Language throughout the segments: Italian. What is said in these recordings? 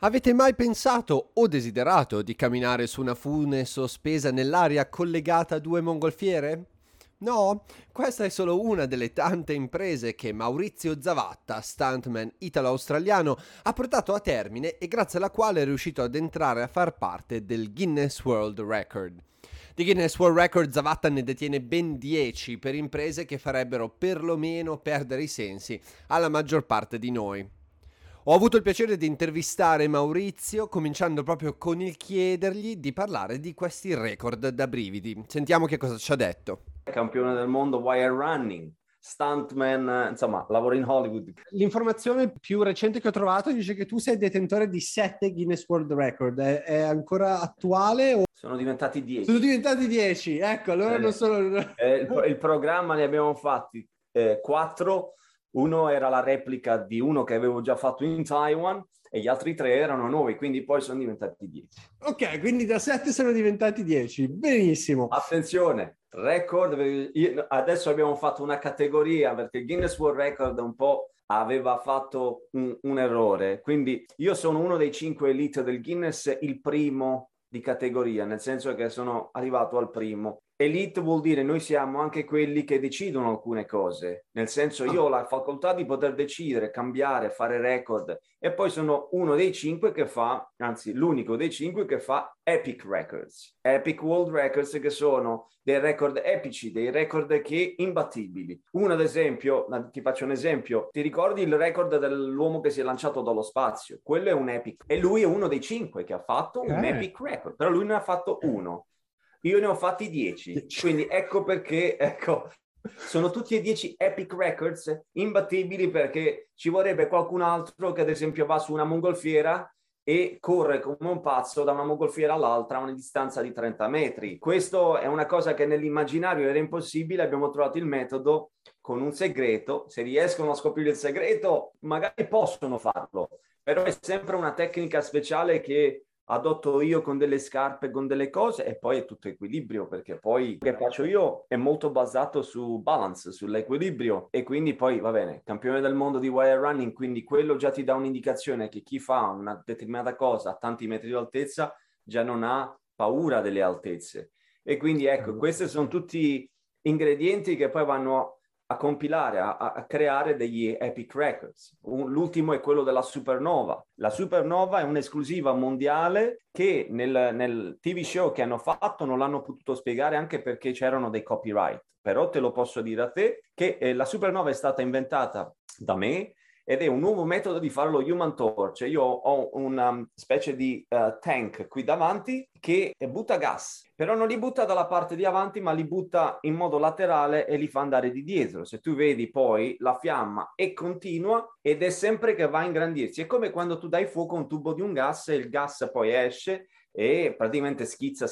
Avete mai pensato o desiderato di camminare su una fune sospesa nell'aria collegata a due mongolfiere? No? Questa è solo una delle tante imprese che Maurizio Zavatta, stuntman italo-australiano, ha portato a termine e grazie alla quale è riuscito ad entrare a far parte del Guinness World Record. Di Guinness World Record Zavatta ne detiene ben 10 per imprese che farebbero perlomeno perdere i sensi alla maggior parte di noi. Ho avuto il piacere di intervistare Maurizio, cominciando proprio con il chiedergli di parlare di questi record da brividi. Sentiamo che cosa ci ha detto. Campione del mondo wire running, stuntman, insomma, lavoro in Hollywood. L'informazione più recente che ho trovato dice che tu sei detentore di 7 Guinness World Record. È ancora attuale? Sono diventati 10. Sono diventati 10, ecco, allora non sono... Il programma ne abbiamo fatti 4. Uno era la replica di uno che avevo già fatto in Taiwan e gli altri 3 erano nuovi, quindi poi sono diventati 10. Ok, quindi da 7 sono diventati 10, benissimo. Attenzione, record, adesso abbiamo fatto una categoria perché il Guinness World Record un po' aveva fatto un errore, quindi io sono uno dei 5 elite del Guinness, il primo di categoria, nel senso che sono arrivato al primo. Elite vuol dire noi siamo anche quelli che decidono alcune cose, nel senso io ho la facoltà di poter decidere, cambiare, fare record e poi sono uno dei 5 che fa, anzi l'unico dei 5 che fa Epic Records, Epic World Records, che sono dei record epici, dei record che imbattibili. Uno ad esempio, ti faccio un esempio, ti ricordi il record dell'uomo che si è lanciato dallo spazio? Quello è un epic e lui è uno dei 5 che ha fatto un epic record, però lui ne ha fatto uno. Io ne ho fatti 10, quindi ecco perché, sono tutti e 10 epic records imbattibili perché ci vorrebbe qualcun altro che ad esempio va su una mongolfiera e corre come un pazzo da una mongolfiera all'altra a una distanza di 30 metri. Questo è una cosa che nell'immaginario era impossibile, abbiamo trovato il metodo con un segreto, se riescono a scoprire il segreto magari possono farlo, però è sempre una tecnica speciale che adotto io con delle scarpe, con delle cose e poi è tutto equilibrio perché poi che faccio io è molto basato su balance, sull'equilibrio e quindi poi va bene, campione del mondo di wire running, quindi quello già ti dà un'indicazione che chi fa una determinata cosa a tanti metri di altezza già non ha paura delle altezze e quindi ecco, questi sono tutti ingredienti che poi vanno a compilare, a creare degli epic records. L'ultimo è quello della Supernova. La Supernova è un'esclusiva mondiale che nel TV show che hanno fatto non l'hanno potuto spiegare anche perché c'erano dei copyright. Però te lo posso dire a te che la Supernova è stata inventata da me ed è un nuovo metodo di fare lo Human Torch. Io ho una specie di tank qui davanti che butta gas, però non li butta dalla parte di avanti, ma li butta in modo laterale e li fa andare di dietro. Se tu vedi poi la fiamma è continua ed è sempre che va a ingrandirsi. È come quando tu dai fuoco a un tubo di un gas e il gas poi esce e praticamente schizza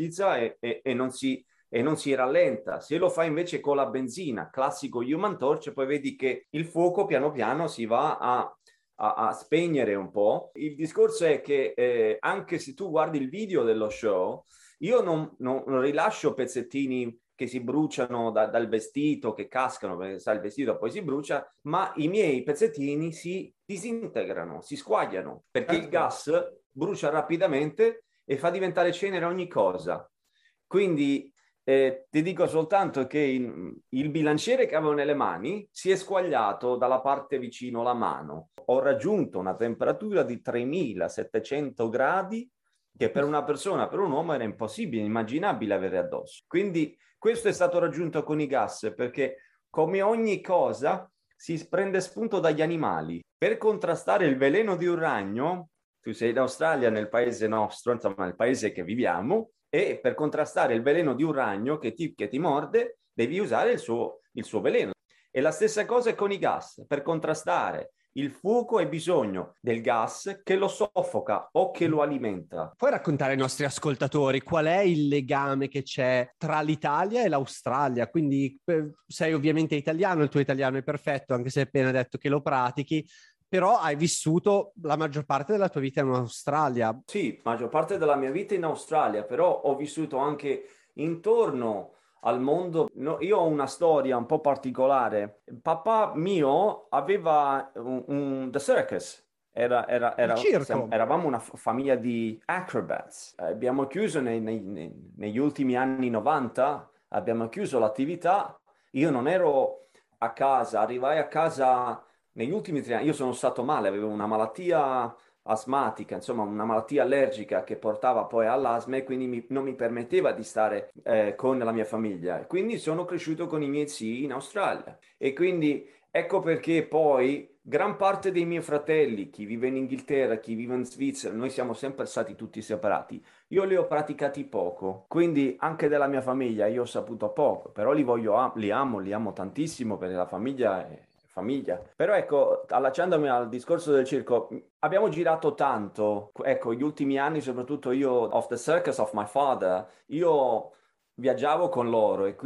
e non si rallenta. Se lo fa invece con la benzina, classico Human Torch, poi vedi che il fuoco piano piano si va a spegnere un po'. Il discorso è che anche se tu guardi il video dello show, io non rilascio pezzettini che si bruciano dal vestito, che cascano, perché sai, il vestito poi si brucia, ma i miei pezzettini si disintegrano, si squagliano, perché il gas brucia rapidamente e fa diventare cenere ogni cosa. Quindi ti dico soltanto che il bilanciere che avevo nelle mani si è squagliato dalla parte vicino alla mano. Ho raggiunto una temperatura di 3700 gradi che per una persona, per un uomo era impossibile, immaginabile avere addosso. Quindi questo è stato raggiunto con i gas perché come ogni cosa si prende spunto dagli animali. Per contrastare il veleno di un ragno, tu sei in Australia, nel paese nostro, insomma nel paese che viviamo, e per contrastare il veleno di un ragno che ti morde devi usare il suo veleno. E la stessa cosa è con i gas. Per contrastare il fuoco hai bisogno del gas che lo soffoca o che lo alimenta. Puoi raccontare ai nostri ascoltatori qual è il legame che c'è tra l'Italia e l'Australia? Quindi sei ovviamente italiano, il tuo italiano è perfetto, anche se hai appena detto che lo pratichi, però hai vissuto la maggior parte della tua vita in Australia. Sì, la maggior parte della mia vita in Australia, però ho vissuto anche intorno al mondo. No, io ho una storia un po' particolare. Papà mio aveva The Circus, Il circo. Eravamo una famiglia di acrobats. Abbiamo chiuso negli ultimi anni 90, abbiamo chiuso l'attività. Io non ero a casa, arrivai a casa negli ultimi 3 anni. Io sono stato male, avevo una malattia asmatica, insomma una malattia allergica che portava poi all'asma e quindi non mi permetteva di stare con la mia famiglia. Quindi sono cresciuto con i miei zii in Australia e quindi ecco perché poi gran parte dei miei fratelli, chi vive in Inghilterra, chi vive in Svizzera, noi siamo sempre stati tutti separati. Io li ho praticati poco, quindi anche della mia famiglia io ho saputo poco, però li amo tantissimo perché la famiglia è famiglia. Però ecco, allacciandomi al discorso del circo, abbiamo girato tanto, ecco, gli ultimi anni, soprattutto io, of the circus of my father, io viaggiavo con loro e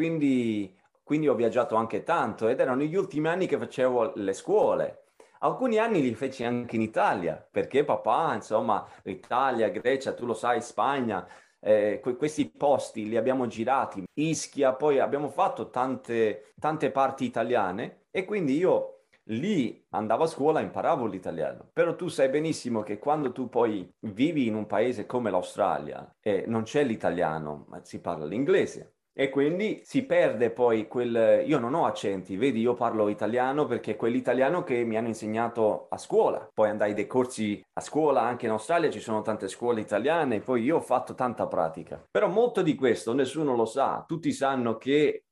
quindi ho viaggiato anche tanto ed erano gli ultimi anni che facevo le scuole. Alcuni anni li feci anche in Italia, perché papà, insomma, Italia, Grecia, tu lo sai, Spagna, questi posti li abbiamo girati, Ischia, poi abbiamo fatto tante parti italiane e quindi io lì andavo a scuola e imparavo l'italiano. Però tu sai benissimo che quando tu poi vivi in un paese come l'Australia e non c'è l'italiano, ma si parla l'inglese. E quindi si perde poi quel... Io non ho accenti, vedi, io parlo italiano perché è quell'italiano che mi hanno insegnato a scuola. Poi andai dei corsi a scuola anche in Australia, ci sono tante scuole italiane, poi io ho fatto tanta pratica. Però molto di questo nessuno lo sa. Tutti sanno che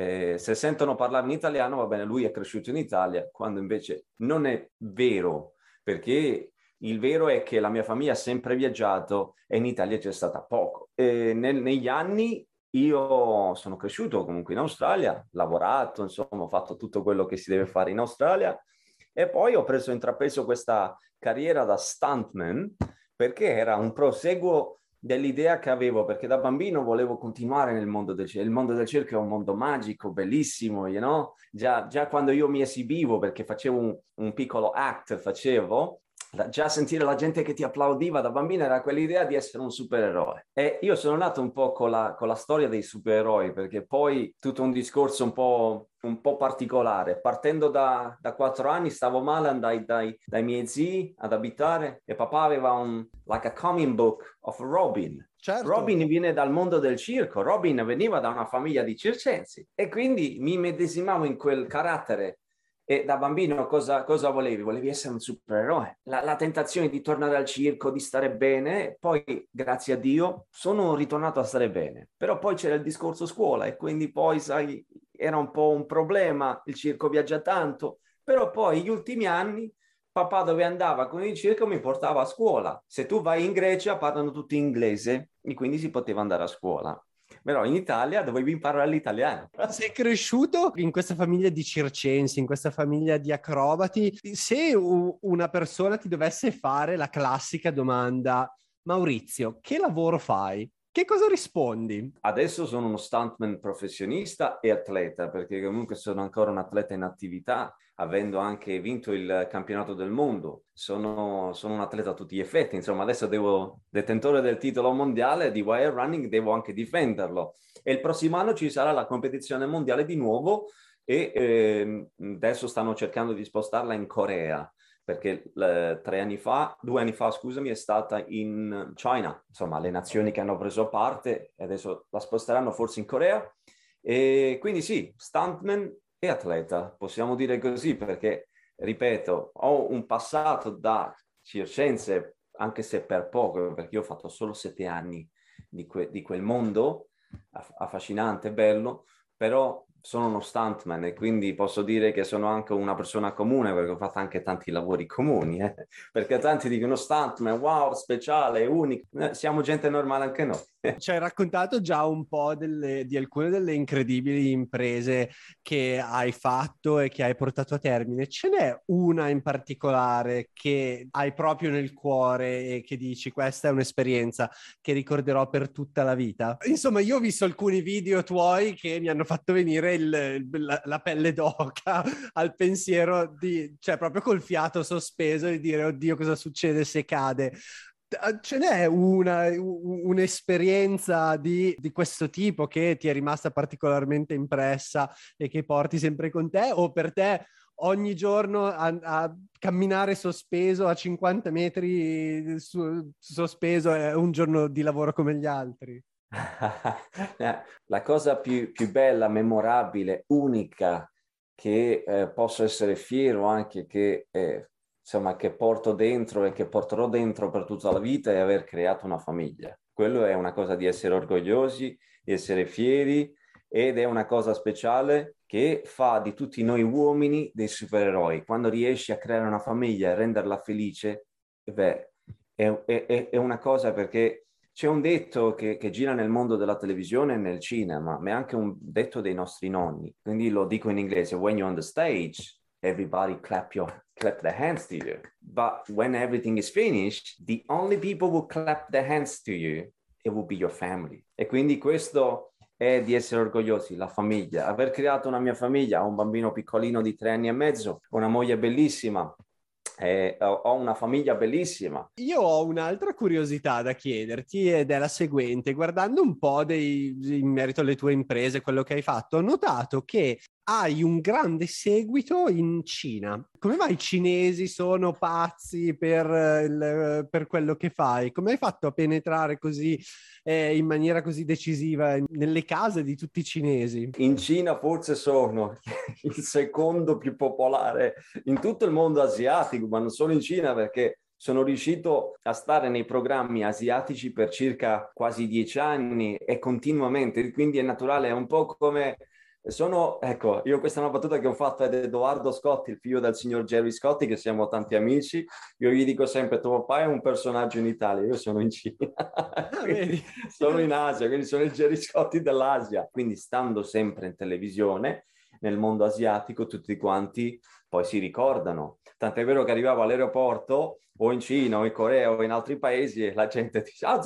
se sentono parlare in italiano, va bene, lui è cresciuto in Italia, quando invece non è vero, perché... Il vero è che la mia famiglia ha sempre viaggiato e in Italia c'è stata poco. Negli anni io sono cresciuto comunque in Australia, lavorato, insomma, ho fatto tutto quello che si deve fare in Australia e poi ho intrapreso questa carriera da stuntman perché era un proseguo dell'idea che avevo, perché da bambino volevo continuare nel mondo del circo. Il mondo del circo è un mondo magico, bellissimo, you know? Già quando io mi esibivo, perché facevo un piccolo act, già sentire la gente che ti applaudiva da bambina era quell'idea di essere un supereroe. E io sono nato un po' con la storia dei supereroi, perché poi tutto un discorso un po' particolare. Partendo da 4 anni stavo male, andai dai miei zii ad abitare e papà aveva like a comic book of Robin. Certo. Robin viene dal mondo del circo, Robin veniva da una famiglia di circensi e quindi mi medesimavo in quel carattere. E da bambino cosa volevi? Volevi essere un supereroe. La tentazione di tornare al circo, di stare bene, poi grazie a Dio sono ritornato a stare bene. Però poi c'era il discorso scuola e quindi poi, sai, era un po' un problema, il circo viaggia tanto, però poi gli ultimi anni papà dove andava con il circo mi portava a scuola. Se tu vai in Grecia parlano tutti inglese e quindi si poteva andare a scuola. Però in Italia dovevi imparare l'italiano. Sei cresciuto in questa famiglia di circensi, in questa famiglia di acrobati. Se una persona ti dovesse fare la classica domanda, Maurizio, che lavoro fai? Che cosa rispondi? Adesso sono uno stuntman professionista e atleta, perché comunque sono ancora un atleta in attività, avendo anche vinto il campionato del mondo. Sono un atleta a tutti gli effetti, insomma adesso detentore del titolo mondiale di wire running, devo anche difenderlo. E il prossimo anno ci sarà la competizione mondiale di nuovo e adesso stanno cercando di spostarla in Corea, perché 2 anni fa, scusami, è stata in China, insomma, le nazioni che hanno preso parte, e adesso la sposteranno forse in Corea. E quindi sì, stuntman e atleta, possiamo dire così, perché, ripeto, ho un passato da circense, anche se per poco, perché io ho fatto solo 7 anni di quel mondo, affascinante, bello, però sono uno stuntman e quindi posso dire che sono anche una persona comune perché ho fatto anche tanti lavori comuni, perché tanti dicono stuntman, wow, speciale, unico, siamo gente normale anche noi. Ci hai raccontato già un po' di alcune delle incredibili imprese che hai fatto e che hai portato a termine. Ce n'è una in particolare che hai proprio nel cuore e che dici questa è un'esperienza che ricorderò per tutta la vita? Insomma, io ho visto alcuni video tuoi che mi hanno fatto venire la pelle d'oca al pensiero cioè proprio col fiato sospeso di dire oddio cosa succede se cade. Ce n'è un'esperienza di questo tipo che ti è rimasta particolarmente impressa e che porti sempre con te, o per te ogni giorno a camminare sospeso a 50 metri sospeso è un giorno di lavoro come gli altri. La cosa più bella, memorabile, unica che posso essere fiero anche che insomma che porto dentro e che porterò dentro per tutta la vita è aver creato una famiglia. Quello è una cosa di essere orgogliosi, di essere fieri, ed è una cosa speciale che fa di tutti noi uomini dei supereroi. Quando riesci a creare una famiglia e renderla felice, beh, è una cosa, perché c'è un detto che gira nel mondo della televisione e nel cinema, ma è anche un detto dei nostri nonni. Quindi lo dico in inglese: when you're on the stage, everybody clap their hands to you. But when everything is finished, the only people who clap their hands to you, it will be your family. E quindi questo è di essere orgogliosi, la famiglia. Aver creato una mia famiglia, ho un bambino piccolino di 3 anni e mezzo, una moglie bellissima, ho una famiglia bellissima. Io ho un'altra curiosità da chiederti ed è la seguente: guardando un po' in merito alle tue imprese, quello che hai fatto, ho notato che hai un grande seguito in Cina. Come mai i cinesi sono pazzi per quello che fai? Come hai fatto a penetrare così in maniera così decisiva nelle case di tutti i cinesi? In Cina forse sono il secondo più popolare in tutto il mondo asiatico, ma non solo in Cina, perché sono riuscito a stare nei programmi asiatici per circa quasi 10 anni e continuamente, quindi è naturale, è un po' come... ecco, io questa è una battuta che ho fatto ad Edoardo Scotti, il figlio del signor Gerry Scotti, che siamo tanti amici. Io gli dico sempre: tuo papà è un personaggio in Italia, io sono in Cina. Sono in Asia, quindi sono il Gerry Scotti dell'Asia. Quindi stando sempre in televisione, nel mondo asiatico, tutti quanti poi si ricordano. Tant'è vero che arrivavo all'aeroporto, o in Cina, o in Corea, o in altri paesi, e la gente dice: ah,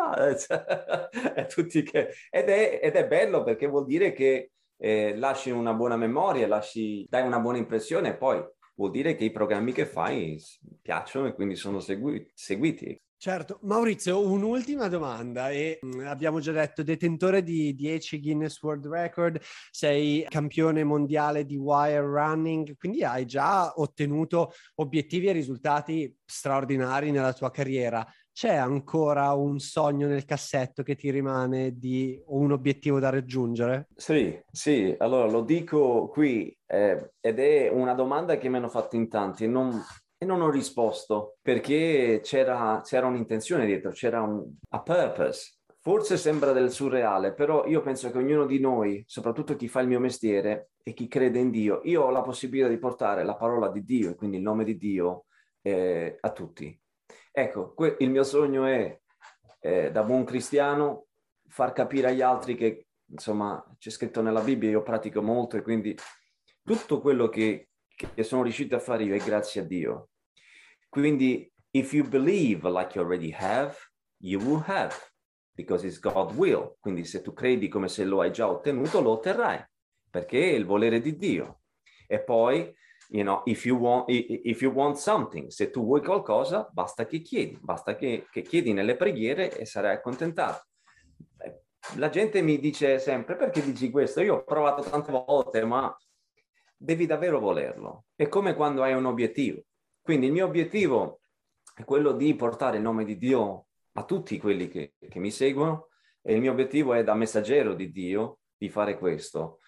ed è bello, perché vuol dire che lasci una buona memoria, dai una buona impressione, e poi vuol dire che i programmi che fai piacciono e quindi sono seguiti. Certo. Maurizio, un'ultima domanda, e abbiamo già detto detentore di 10 Guinness World Record, sei campione mondiale di wire running, quindi hai già ottenuto obiettivi e risultati straordinari nella tua carriera. C'è ancora un sogno nel cassetto che ti rimane o un obiettivo da raggiungere? Sì, allora lo dico qui, ed è una domanda che mi hanno fatto in tanti, e non ho risposto, perché c'era un'intenzione dietro, c'era a purpose. Forse sembra del surreale, però io penso che ognuno di noi, soprattutto chi fa il mio mestiere e chi crede in Dio, io ho la possibilità di portare la parola di Dio, e quindi il nome di Dio, a tutti. Ecco, il mio sogno è, da buon cristiano, far capire agli altri che, insomma, c'è scritto nella Bibbia, io pratico molto, e quindi tutto quello che sono riuscito a fare io è grazie a Dio. Quindi, if you believe like you already have, you will have, because it's God's will. Quindi se tu credi come se lo hai già ottenuto, lo otterrai, perché è il volere di Dio. E poi, if you want something, se tu vuoi qualcosa, basta che chiedi, basta che chiedi nelle preghiere e sarai accontentato. La gente mi dice sempre: perché dici questo? Io ho provato tante volte, ma devi davvero volerlo. È come quando hai un obiettivo. Quindi il mio obiettivo è quello di portare il nome di Dio a tutti quelli che mi seguono, e il mio obiettivo è, da messaggero di Dio, di fare questo.